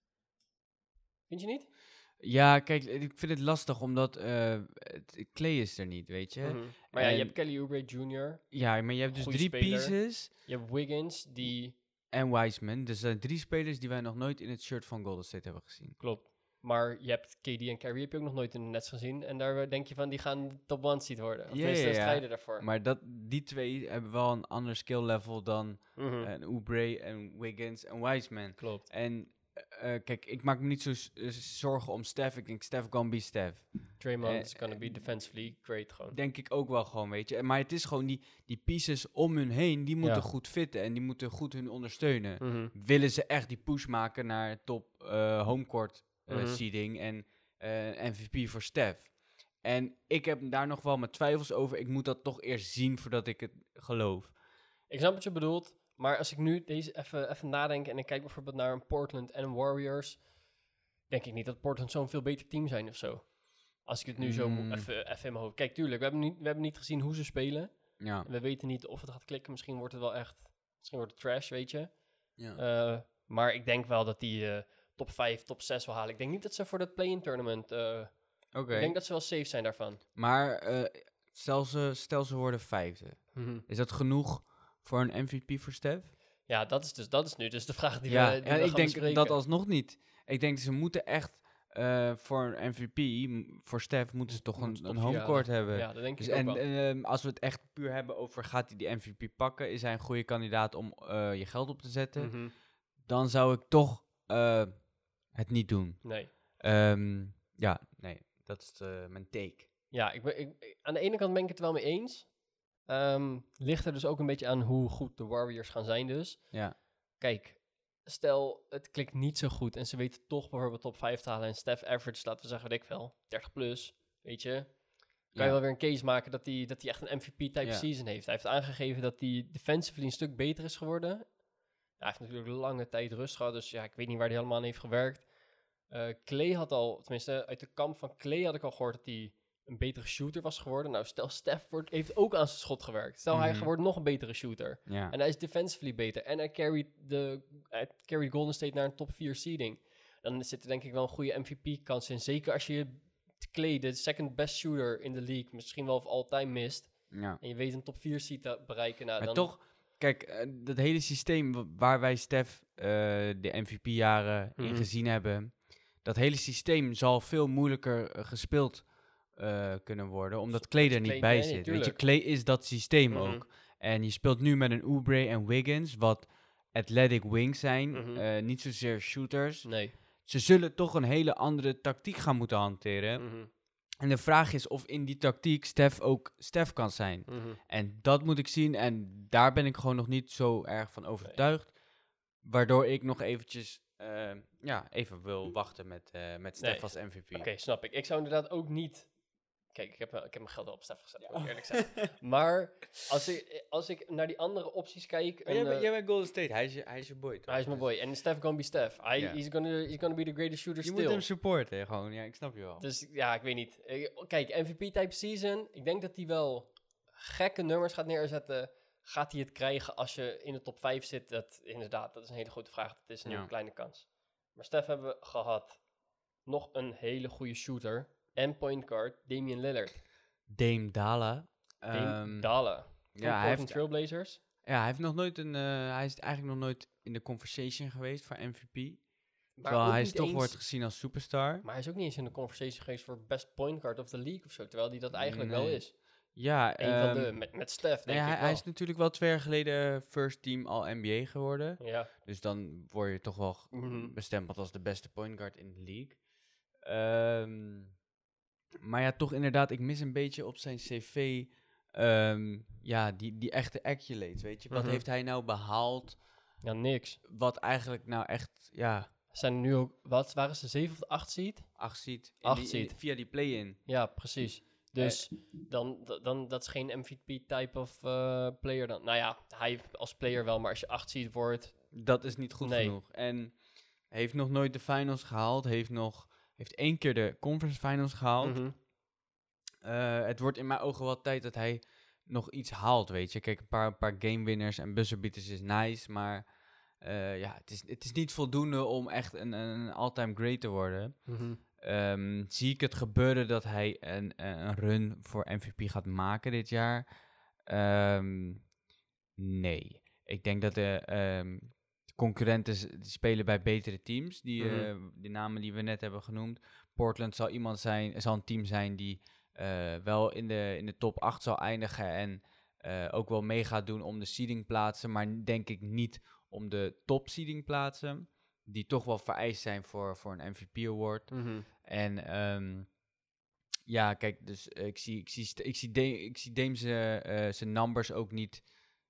Vind je niet? Ja, kijk, ik vind het lastig, omdat uh, Klay is er niet, weet je. Mm-hmm. Maar en, ja, je hebt Kelly Oubre junior Ja, maar je hebt dus drie speler. pieces. Je hebt Wiggins, die... En Wiseman. Dus er zijn drie spelers die wij nog nooit in het shirt van Golden State hebben gezien. Klopt. Maar je hebt K D en Kyrie heb je ook nog nooit in het net gezien. En daar denk je van, die gaan top one seed worden. Of tenminste, yeah, yeah, strijden daarvoor. Maar dat, die twee hebben wel een ander skill level dan mm-hmm. uh, Oubre en Wiggins en Wiseman. Klopt. En uh, kijk, ik maak me niet zo s- uh, zorgen om Steph. Ik denk, Steph gonna be Steph. Draymond uh, is gonna be defensively great gewoon. Denk ik ook wel gewoon, weet je. Maar het is gewoon die, die pieces om hun heen, die moeten ja. goed fitten. En die moeten goed hun ondersteunen. Mm-hmm. Willen ze echt die push maken naar top uh, homecourt uh, mm-hmm. seeding en uh, M V P voor Steph. En ik heb daar nog wel mijn twijfels over. Ik moet dat toch eerst zien voordat ik het geloof. Ik snap wat je bedoelt. Maar als ik nu deze even, even nadenk en ik kijk bijvoorbeeld naar een Portland en een Warriors, denk ik niet dat Portland zo'n veel beter team zijn of zo. Als ik het nu mm. zo mo- even, even in mijn hoofd... Kijk, tuurlijk, we hebben, niet, we hebben niet gezien hoe ze spelen. Ja. We weten niet of het gaat klikken. Misschien wordt het wel echt... Misschien wordt het trash, weet je. Ja. Uh, maar ik denk wel dat die uh, top vijf, top zes wil halen. Ik denk niet dat ze voor dat play-in tournament... Uh, okay. Ik denk dat ze wel safe zijn daarvan. Maar uh, stel, ze, stel ze worden vijfde. Mm-hmm. Is dat genoeg voor een M V P voor Steph? Ja, dat is, dus, dat is nu dus de vraag die ja, we, die ja, we ik gaan denk bespreken. dat alsnog niet. Ik denk ze moeten echt uh, voor een M V P, m- voor Steph, moeten ze toch een, een homecourt ja, hebben. Ja, dat denk dus ik en, ook wel. uh, als we het echt puur hebben over gaat hij die M V P pakken, is hij een goede kandidaat om uh, je geld op te zetten, Mm-hmm. dan zou ik toch uh, het niet doen. Nee. Um, ja, nee, dat is uh, mijn take. Ja, ik ben, ik, aan de ene kant ben ik het wel mee eens. Um, ligt er dus ook een beetje aan hoe goed de Warriors gaan zijn dus. Ja. Kijk, stel het klikt niet zo goed en ze weten toch bijvoorbeeld top vijf te halen en Steph average, laten we zeggen, weet ik veel, dertig plus, weet je. Kan ja. je wel weer een case maken dat hij dat echt een M V P-type ja. season heeft. Hij heeft aangegeven dat hij defensively een stuk beter is geworden. Ja, hij heeft natuurlijk lange tijd rust gehad, dus ja, ik weet niet waar hij helemaal aan heeft gewerkt. Uh, Klay had al, tenminste uit de kamp van Klay had ik al gehoord dat hij een betere shooter was geworden. Nou, stel Steph wordt, heeft ook aan zijn schot gewerkt. Stel mm-hmm. hij wordt nog een betere shooter. Ja. En hij is defensively beter. En hij carried, de, hij carried Golden State naar een top vier seeding. Dan zit er denk ik wel een goede M V P-kans in. Zeker als je Klay, de second best shooter in de league, misschien wel of all time mist. Ja. En je weet een top vier seed te bereiken. Nou, maar dan toch, kijk, uh, dat hele systeem waar wij Steph uh, de M V P-jaren mm-hmm. in gezien hebben, dat hele systeem zal veel moeilijker uh, gespeeld uh, kunnen worden, omdat Klay er niet Klay, bij nee, zit. Weet je, Klay is dat systeem mm-hmm. ook. En je speelt nu met een Oubre en Wiggins, wat athletic wings zijn, mm-hmm. uh, niet zozeer shooters. Nee. Ze zullen toch een hele andere tactiek gaan moeten hanteren. Mm-hmm. En de vraag is of in die tactiek Steph ook Steph kan zijn. Mm-hmm. En dat moet ik zien. En daar ben ik gewoon nog niet zo erg van overtuigd. Nee. Waardoor ik nog eventjes uh, ja, even wil wachten met, uh, met Steph nee. als M V P. Oké, okay, snap ik. Ik zou inderdaad ook niet... Kijk, ik heb, ik heb mijn geld al op Steph gezet, ja. moet ik eerlijk zeggen. Maar als ik, als ik naar die andere opties kijk... En, jij, bent, uh, jij bent Golden State, hij is je, hij is je boy. Toch? Hij is mijn boy. En Steph gonna be Steph. I, yeah. he's, gonna, he's gonna be the greatest shooter je still. Je moet hem supporten, gewoon. Ja, ik snap je wel. Dus ja, ik weet niet. Kijk, M V P-type season. Ik denk dat hij wel gekke nummers gaat neerzetten. Gaat hij het krijgen als je in de top vijf zit? Dat, inderdaad, dat is een hele grote vraag. Dat is een ja. kleine kans. Maar Steph hebben we gehad. Nog een hele goede shooter. En point guard, Damian Lillard. Dame Dalla. Dame um, Dalla. Ja, hij heeft Trailblazers. Ja, hij heeft nog nooit een. Uh, hij is eigenlijk nog nooit in de conversation geweest voor M V P. Maar terwijl hij is toch eens, wordt gezien als superstar. Maar hij is ook niet eens in de conversation geweest voor best point guard of the league of zo. Terwijl hij dat eigenlijk nee. wel is. Ja, een um, van de met, met Steph. Denk nee, ik hij, wel. hij is natuurlijk wel twee jaar geleden first team all N B A geworden. Ja. Dus dan word je toch wel mm-hmm. bestempeld als de beste point guard in de league. Um, Maar ja, toch inderdaad, ik mis een beetje op zijn cv um, ja, die, die echte accolades, weet je. Wat mm-hmm. heeft hij nou behaald? Ja, niks. Wat eigenlijk nou echt, ja... Zijn er nu ook, wat waren ze, zeven of acht seed? Acht seed. Acht seed. Via die play-in. Ja, precies. Dus eh. dan, dan, dan, dat is geen M V P-type of uh, player dan. Nou ja, hij als player wel, maar als je acht seed wordt... Dat is niet goed nee. genoeg. En heeft nog nooit de finals gehaald, heeft nog... Heeft één keer de conference finals gehaald. Mm-hmm. Uh, het wordt in mijn ogen wel tijd dat hij nog iets haalt, weet je. Kijk, een paar, een paar game winners en buzzerbeaters is nice, maar uh, ja, het is, het is niet voldoende om echt een, een all-time great te worden. Mm-hmm. Um, zie ik het gebeuren dat hij een, een run voor M V P gaat maken dit jaar? Um, nee. Ik denk dat de... Um, concurrenten die spelen bij betere teams. Die, mm-hmm. uh, die namen die we net hebben genoemd. Portland zal iemand zijn, zal een team zijn die uh, wel in de, in de top acht zal eindigen en uh, ook wel mee gaat doen om de seeding plaatsen, maar denk ik niet om de top seeding plaatsen, die toch wel vereist zijn voor, voor een M V P award. Mm-hmm. En um, ja, kijk, dus uh, ik zie, ik zie, st- ik zie, de- ik zie Dame zijn uh, numbers ook niet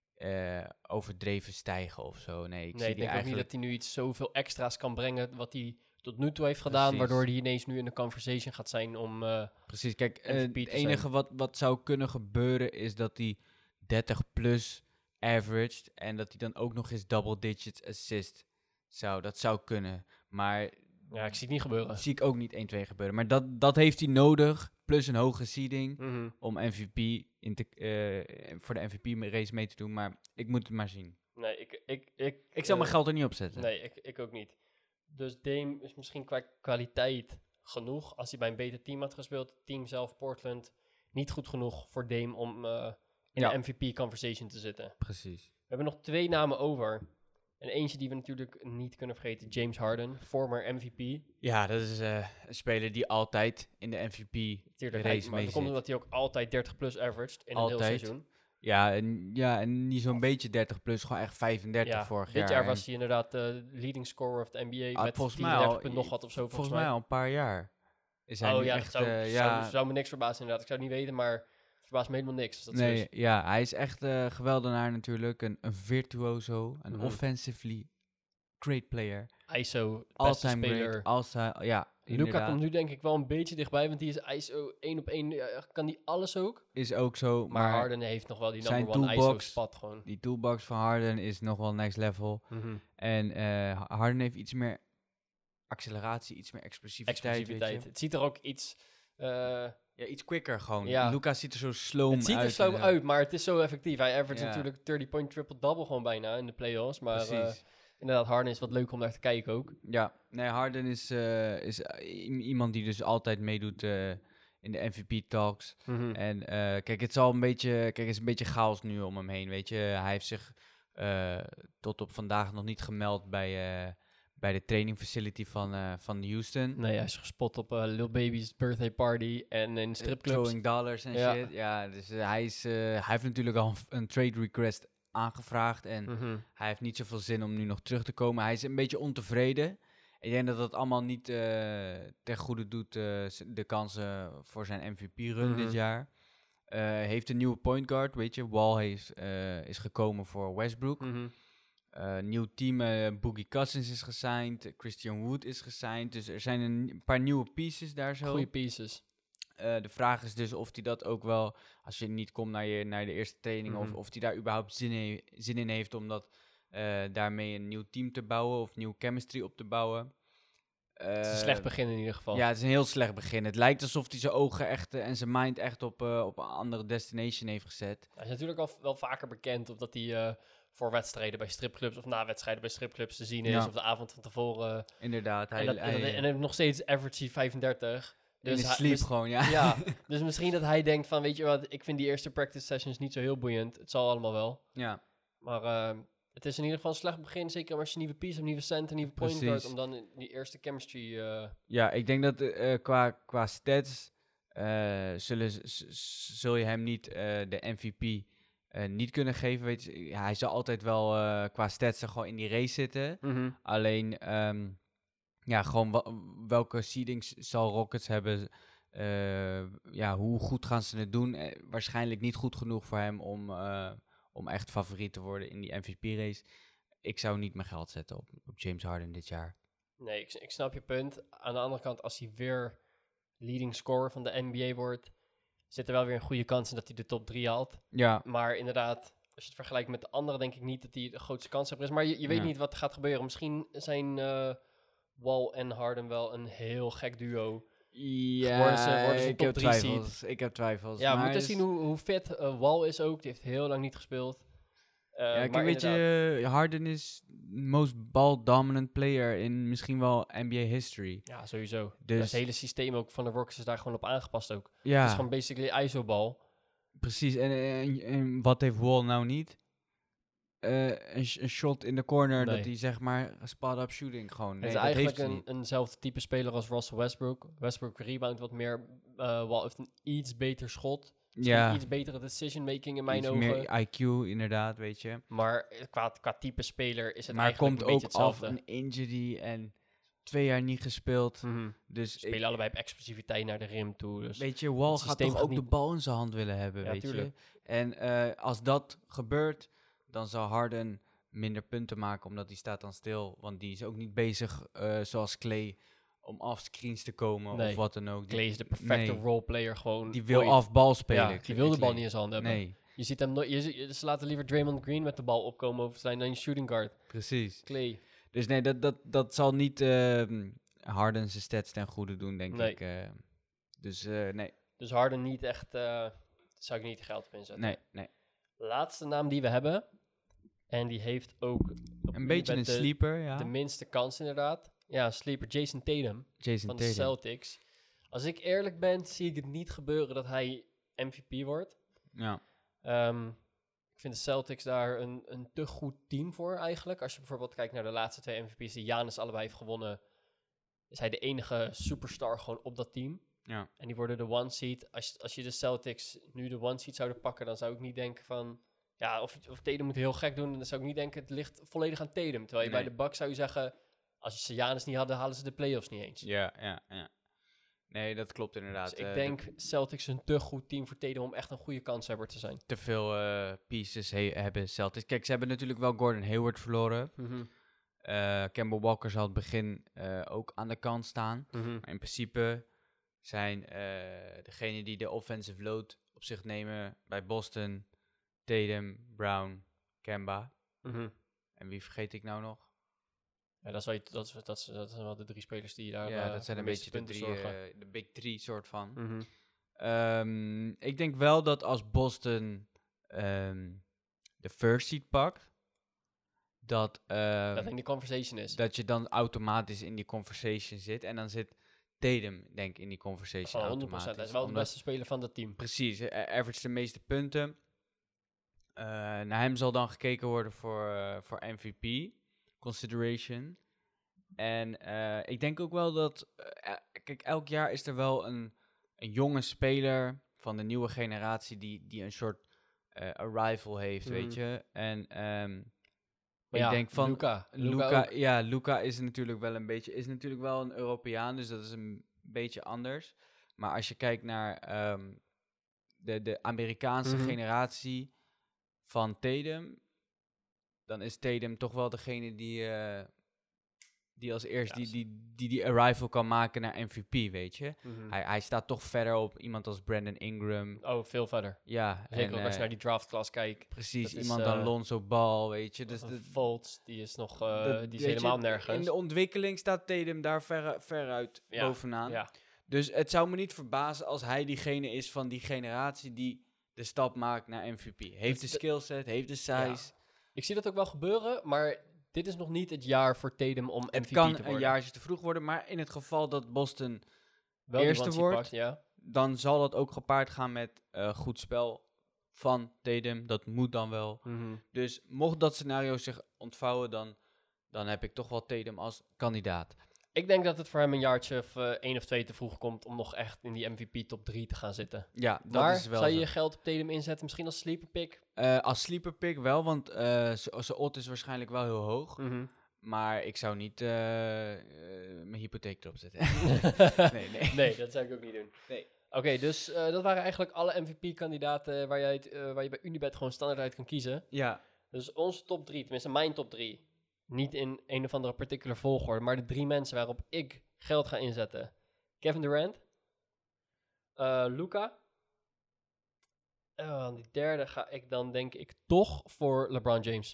Uh, overdreven stijgen of zo. Nee, ik, nee, zie ik denk eigenlijk... ook niet dat hij nu iets zoveel extra's kan brengen wat hij tot nu toe heeft gedaan, Precies. waardoor hij ineens nu in de conversation gaat zijn om uh, Precies, kijk, uh, het enige wat, wat zou kunnen gebeuren is dat hij dertig plus averaged en dat hij dan ook nog eens double digits assist zou. Dat zou kunnen, maar... Ja, ik zie het niet gebeuren. Zie ik ook niet één twee gebeuren. Maar dat, dat heeft hij nodig, plus een hoge seeding, mm-hmm. om M V P in te, uh, voor de M V P-race mee te doen. Maar ik moet het maar zien. Nee, ik... Ik, ik, ik zal uh, mijn geld er niet op zetten. Nee, ik, ik ook niet. Dus Dame is misschien qua kwaliteit genoeg. Als hij bij een beter team had gespeeld, het team zelf, Portland, niet goed genoeg voor Dame om uh, in ja. de M V P-conversation te zitten. Precies. We hebben nog twee namen over. En eentje die we natuurlijk niet kunnen vergeten, James Harden, former M V P. Ja, dat is uh, een speler die altijd in de M V P-race mee zit. Maar dat komt omdat hij ook altijd dertig plus averaged in altijd. Een heel seizoen. Ja, en, ja, en niet zo'n beetje dertig plus, gewoon echt vijfendertig ja, vorig dit jaar. Dit jaar was hij inderdaad de uh, leading scorer of de N B A ah, met vierendertig punt nog wat of zo. Volgens, volgens mij al een paar jaar. Is hij oh ja, echt, dat zou, uh, ja. zou, zou me niks verbazen inderdaad. Ik zou het niet weten, maar het verbaast me helemaal niks. Als dat nee, zo is. Ja, hij is echt uh, geweldenaar natuurlijk. Een, een virtuoso, een mm-hmm. offensively great player. I S O, beste speler. All-time, ja, Luka inderdaad. Komt nu denk ik wel een beetje dichtbij, want die is I S O één op één. Uh, kan die alles ook? Is ook zo. Maar, maar Harden heeft nog wel die number one toolbox, I S O-spot gewoon. Die toolbox van Harden is nog wel next level. Mm-hmm. En uh, Harden heeft iets meer acceleratie, iets meer explosiviteit. Explosiviteit. Het ziet er ook iets... Uh, ja, iets quicker gewoon. Ja. Luka ziet er zo sloom uit. Het ziet er uit sloom uh, uit, maar het is zo effectief. Hij average ja. natuurlijk dertig point triple-double gewoon bijna in de playoffs. Maar uh, inderdaad, Harden is wat leuk om naar te kijken ook. Ja, nee, Harden is, uh, is uh, iemand die dus altijd meedoet uh, in de M V P-talks. Mm-hmm. En uh, kijk, het is al een beetje, kijk, het is een beetje chaos nu om hem heen, weet je. Hij heeft zich uh, tot op vandaag nog niet gemeld bij, uh, bij de training facility van, uh, van Houston. Nee, hij is gespot op uh, Lil Baby's birthday party en in stripclubs. Uh, throwing dollars en ja. shit. Ja, dus uh, hij, is, uh, hij heeft natuurlijk al een, een trade request aangevraagd. En mm-hmm. hij heeft niet zoveel zin om nu nog terug te komen. Hij is een beetje ontevreden. Ik denk dat dat allemaal niet uh, ten goede doet uh, de kansen voor zijn M V P-run mm-hmm. dit jaar. Uh, heeft een nieuwe point guard, weet je. Wall heeft, uh, is gekomen voor Westbrook. Mm-hmm. Uh, nieuw team, uh, Boogie Cousins is gesigned. Christian Wood is gesigned. Dus er zijn een paar nieuwe pieces daar zo. Goeie pieces. Uh, de vraag is dus of hij dat ook wel, als je niet komt naar, je, naar de eerste training, mm-hmm. of, of hij daar überhaupt zin in, zin in heeft om dat, uh, daarmee een nieuw team te bouwen of nieuw chemistry op te bouwen. Uh, het is een slecht begin in ieder geval. Ja, het is een heel slecht begin. Het lijkt alsof hij zijn ogen echt uh, en zijn mind echt op, uh, op een andere destination heeft gezet. Hij is natuurlijk al wel vaker bekend omdat hij uh, voor wedstrijden bij stripclubs of na wedstrijden bij stripclubs te zien is, ja. of de avond van tevoren. Inderdaad. Hij, en, dat, hij, en, dat, en, en nog steeds average vijfendertig. Dus in de sleep dus, gewoon, ja. ja. Dus misschien dat hij denkt van, weet je wat, ik vind die eerste practice sessions niet zo heel boeiend. Het zal allemaal wel. Ja. Maar uh, het is in ieder geval een slecht begin, zeker als je een nieuwe piece hebt, een nieuwe center, een nieuwe point guard, om dan in die eerste chemistry... Uh... Ja, ik denk dat uh, qua, qua stats uh, zullen, z- zul je hem niet uh, de M V P uh, niet kunnen geven. Weet je, ja, hij zal altijd wel uh, qua stats er gewoon in die race zitten. Mm-hmm. Alleen... Um, Ja, gewoon wa- welke seedings zal Rockets hebben? Uh, ja, hoe goed gaan ze het doen? Eh, waarschijnlijk niet goed genoeg voor hem om, uh, om echt favoriet te worden in die M V P-race. Ik zou niet mijn geld zetten op, op James Harden dit jaar. Nee, ik, ik snap je punt. Aan de andere kant, als hij weer leading scorer van de N B A wordt, zit er wel weer een goede kans in dat hij de top drie haalt. Ja. Maar inderdaad, als je het vergelijkt met de anderen, denk ik niet dat hij de grootste kans heeft. Maar je, je weet ja. niet wat er gaat gebeuren. Misschien zijn... Uh, Wall en Harden wel een heel gek duo. Ja, worden ze, worden ze ik, heb twijfels. ik heb twijfels. Ja, we maar moeten dus... zien hoe, hoe vet uh, Wall is ook. Die heeft heel lang niet gespeeld. Uh, ja, maar weet je, Harden is most ball-dominant player in misschien wel N B A history. Ja, sowieso. Dus het hele systeem ook van de Rockets is daar gewoon op aangepast ook. Ja. Het is gewoon basically I S O-bal. Precies, en, en, en wat heeft Wall nou niet? Uh, een, sh- een shot in de corner, nee. dat hij zeg maar spot-up shooting gewoon. Nee, het is dat eigenlijk heeft een, eenzelfde type speler als Russell Westbrook. Westbrook rebound wat meer, uh, Wall heeft een iets beter schot. Ja. Een iets betere decision making in mijn iets ogen. meer I Q inderdaad, weet je. Maar qua, qua type speler is het maar eigenlijk komt een beetje hetzelfde. Maar komt ook af een injury en twee jaar niet gespeeld. Mm-hmm. Dus spelen ik, allebei op explosiviteit naar de rim toe. Dus weet je, Wall gaat toch gaat ook niet... de bal in zijn hand willen hebben, ja, weet tuurlijk. je. En uh, als dat gebeurt, dan zal Harden minder punten maken, omdat die staat dan stil. Want die is ook niet bezig, uh, zoals Clay, om af screens te komen nee. of wat dan ook. Die, Clay is de perfecte nee. roleplayer gewoon. Die wil af bal spelen. Ja, die wil de bal niet in zijn hand hebben. Nee. Je ziet hem no- je, ze laten liever Draymond Green met de bal opkomen of zijn dan een shooting guard. Precies. Clay. Dus nee, dat, dat, dat zal niet uh, Harden zijn stats ten goede doen, denk nee. ik. Uh, dus uh, nee. Dus Harden niet echt, uh, zou ik niet geld op inzetten. Nee, nee. Laatste naam die we hebben. En die heeft ook... Een beetje een de, sleeper, ja. De minste kans inderdaad. Ja, een sleeper. Jason Tatum. Jason van Tatum. de Celtics. Als ik eerlijk ben, zie ik het niet gebeuren dat hij M V P wordt. Ja. Um, ik vind de Celtics daar een, een te goed team voor eigenlijk. Als je bijvoorbeeld kijkt naar de laatste twee M V P's die Giannis allebei heeft gewonnen, is hij de enige superstar gewoon op dat team. Ja. En die worden de one seed. Als, als je de Celtics nu de one seed zouden pakken, dan zou ik niet denken van... Ja, of, of Tatum moet heel gek doen, dan zou ik niet denken, het ligt volledig aan Tatum. Terwijl je nee. bij de Bucks zou je zeggen, als ze Giannis niet hadden, halen ze de playoffs niet eens. Ja, ja, ja. Nee, dat klopt inderdaad. Dus ik uh, denk, de... Celtics een te goed team voor Tatum om echt een goede kanshebber te zijn. Te veel uh, pieces he- hebben Celtics. Kijk, ze hebben natuurlijk wel Gordon Hayward verloren. Mm-hmm. Uh, Kemba Walker zal het begin uh, ook aan de kant staan. Mm-hmm. Maar in principe zijn uh, degenen die de offensive load op zich nemen bij Boston, Tatum, Brown, Kemba. Mm-hmm. En wie vergeet ik nou nog? Ja, dat, is wel, dat, is, dat, is, dat zijn wel de drie spelers die daar Ja, uh, dat zijn een beetje de, drie, uh, de big three soort van. Mm-hmm. Um, ik denk wel dat als Boston um, de first seed pakt, dat, um, dat in die conversation is. Dat je dan automatisch in die conversation zit. En dan zit Tatum, denk ik, in die conversation oh, automatisch. Hij is wel de beste speler van dat team. Precies, hij average de meeste punten. Uh, naar hem zal dan gekeken worden voor, uh, voor M V P consideration. En uh, ik denk ook wel dat... Uh, kijk, elk jaar is er wel een, een jonge speler van de nieuwe generatie die, die een soort uh, arrival heeft, mm. weet je. En um, ik ja, denk van... Luka. Luka, Luka ja, Luka is natuurlijk wel een beetje... Is natuurlijk wel een Europeaan, dus dat is een beetje anders. Maar als je kijkt naar um, de, de Amerikaanse mm-hmm. generatie van Tatum, dan is Tatum toch wel degene die... Uh, die als eerst ja, die, die, die die arrival kan maken naar M V P, weet je. Mm-hmm. Hij, hij staat toch verder op iemand als Brandon Ingram. Oh, veel verder. Ja. Zeker en, ook als je uh, naar die draftklasse kijkt. Precies, iemand dan uh, Lonzo Ball, weet je. Dus de, Fultz, die is nog uh, de, die is helemaal je, nergens. In de ontwikkeling staat Tatum daar ver, veruit ja, bovenaan. Ja. Dus het zou me niet verbazen als hij diegene is van die generatie die de stap maakt naar M V P. Heeft dus de skillset, heeft de size. Ja. Ik zie dat ook wel gebeuren, maar... Dit is nog niet het jaar voor Tatum om M V P het te worden. Het kan een jaartje te vroeg worden, maar in het geval dat Boston wel eerste wordt, pakt, ja. dan zal dat ook gepaard gaan met uh, goed spel van Tatum. Dat moet dan wel. Mm-hmm. Dus mocht dat scenario zich ontvouwen, dan, dan heb ik toch wel Tatum als kandidaat. Ik denk dat het voor hem een jaartje of uh, één of twee te vroeg komt om nog echt in die M V P top drie te gaan zitten. Ja, dat maar is wel zou je zo. je geld op Tatum inzetten, misschien als sleeper pick? Uh, als sleeper pick wel, want uh, zijn odd is waarschijnlijk wel heel hoog. Mm-hmm. Maar ik zou niet uh, uh, mijn hypotheek erop zetten. nee, nee. nee, dat zou ik ook niet doen. Nee. Oké, okay, dus uh, dat waren eigenlijk alle M V P-kandidaten waar, jij het, uh, waar je bij Unibet gewoon standaard uit kan kiezen. Ja. Dus onze top drie, tenminste mijn top drie. Niet in een of andere particular volgorde, maar de drie mensen waarop ik geld ga inzetten. Kevin Durant. Uh, Luka. En uh, die derde ga ik dan denk ik toch voor LeBron James.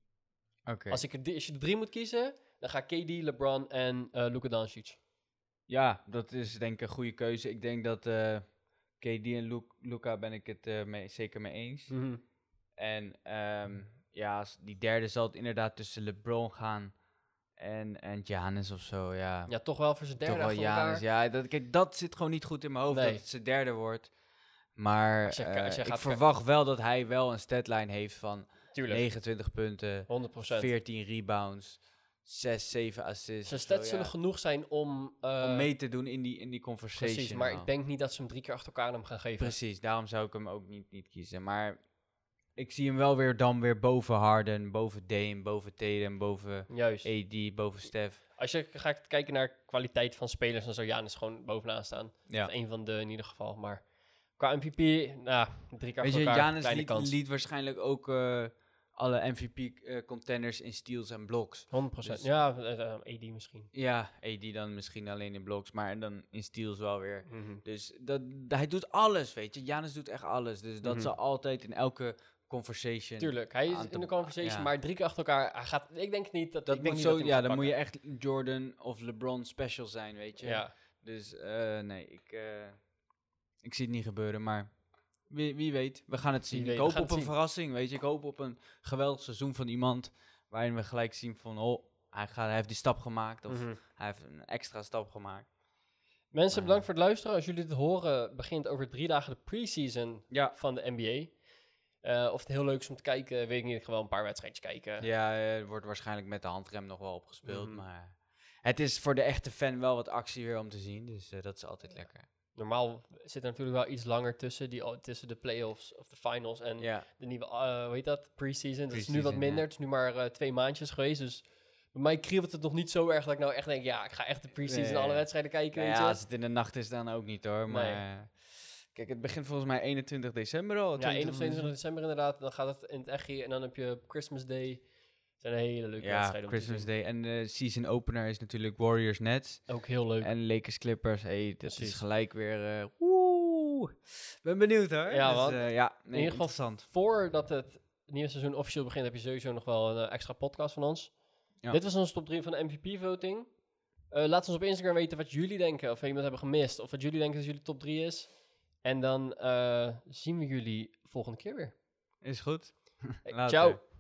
Okay. Als, ik er, als je de drie moet kiezen, dan ga K D, LeBron en uh, Luka Doncic. Ja, dat is denk ik een goede keuze. Ik denk dat uh, K D en Lu- Luka ben ik het uh, mee, zeker mee eens. Mm-hmm. En um, ja, die derde zal het inderdaad tussen LeBron gaan en, en Giannis of zo, ja. Ja, toch wel voor zijn derde toch wel Giannis, ja. Dat, kijk, dat zit gewoon niet goed in mijn hoofd, nee. Dat het zijn derde wordt. Maar als je, uh, als je ik verwacht k- wel dat hij wel een statline heeft van... Tuurlijk. negenentwintig punten, honderd procent. veertien rebounds, zes, zeven assists. Zijn stats zo, zullen ja. genoeg zijn om... Uh, om mee te doen in die, in die conversation. Precies, maar al. Ik denk niet dat ze hem drie keer achter elkaar hem gaan geven. Precies, daarom zou ik hem ook niet, niet kiezen. Maar ik zie hem wel weer dan weer boven Harden, boven Dame, boven Tatum, boven Juist. A D, boven Steph. Als je gaat kijken naar kwaliteit van spelers, dan zou Giannis gewoon bovenaan staan. Ja. Of een van de in ieder geval, maar... Qua M V P, nou, drie keer achter elkaar, Giannis kleine liet, kans. liet waarschijnlijk ook... Uh, alle M V P-contenders uh, in steals en blocks. honderd procent. Dus, ja, uh, uh, A D misschien. Ja, A D dan misschien alleen in blocks, maar dan in steals wel weer. Mm-hmm. Dus dat, dat, hij doet alles, weet je. Giannis doet echt alles. Dus dat mm-hmm. zal altijd in elke conversation... Tuurlijk, hij is in de conversation, ja. Maar drie keer achter elkaar... Hij gaat, ik denk niet dat... dat ik moet denk zo, niet dat ja, dan moet je echt Jordan of LeBron special zijn, weet je. Ja. Dus uh, nee, ik, uh, ik zie het niet gebeuren, maar... Wie, wie weet, we gaan het zien. Weet, ik hoop op een zien. verrassing, weet je. Ik hoop op een geweldig seizoen van iemand... waarin we gelijk zien van... oh, hij, gaat, hij heeft die stap gemaakt... of mm-hmm. hij heeft een extra stap gemaakt. Mensen, uh, bedankt voor het luisteren. Als jullie dit horen... begint over drie dagen de preseason ja. van de N B A. Uh, of het heel leuk is om te kijken... weet ik niet, gewoon een paar wedstrijdjes kijken. Ja, er wordt waarschijnlijk met de handrem nog wel opgespeeld. Mm-hmm. Maar het is voor de echte fan wel wat actie weer om te zien. Dus uh, dat is altijd ja. lekker. Normaal zit er natuurlijk wel iets langer tussen, die, tussen de playoffs of de finals en ja. de nieuwe, uh, hoe heet dat, preseason. Dat is pre-season, nu wat minder, ja. Het is nu maar uh, twee maandjes geweest, dus bij mij kriebelt het nog niet zo erg dat ik nou echt denk, ja, ik ga echt de preseason nee. alle wedstrijden kijken, ja, weet ja, je. als het in de nacht is dan ook niet hoor, maar... Nee. Kijk, het begint volgens mij eenentwintig december al. Ja, één of tweeëntwintig december inderdaad, dan gaat het in het echtje en dan heb je Christmas Day... Het zijn hele leuke ja, wedstrijden om Christmas te zien. Day. En de season opener is natuurlijk Warriors Nets. Ook heel leuk. En Lakers Clippers. Hey, dat Precies. Is gelijk weer... Uh, woe! Ben benieuwd hoor. Ja, dus, want uh, ja, nee, in ieder geval voordat het nieuwe seizoen officieel begint, heb je sowieso nog wel een uh, extra podcast van ons. Ja. Dit was onze top drie van de M V P-voting. Uh, laat ons op Instagram weten wat jullie denken. Of we iemand hebben gemist. Of wat jullie denken dat jullie top drie is. En dan uh, zien we jullie volgende keer weer. Is goed. Hey, ciao.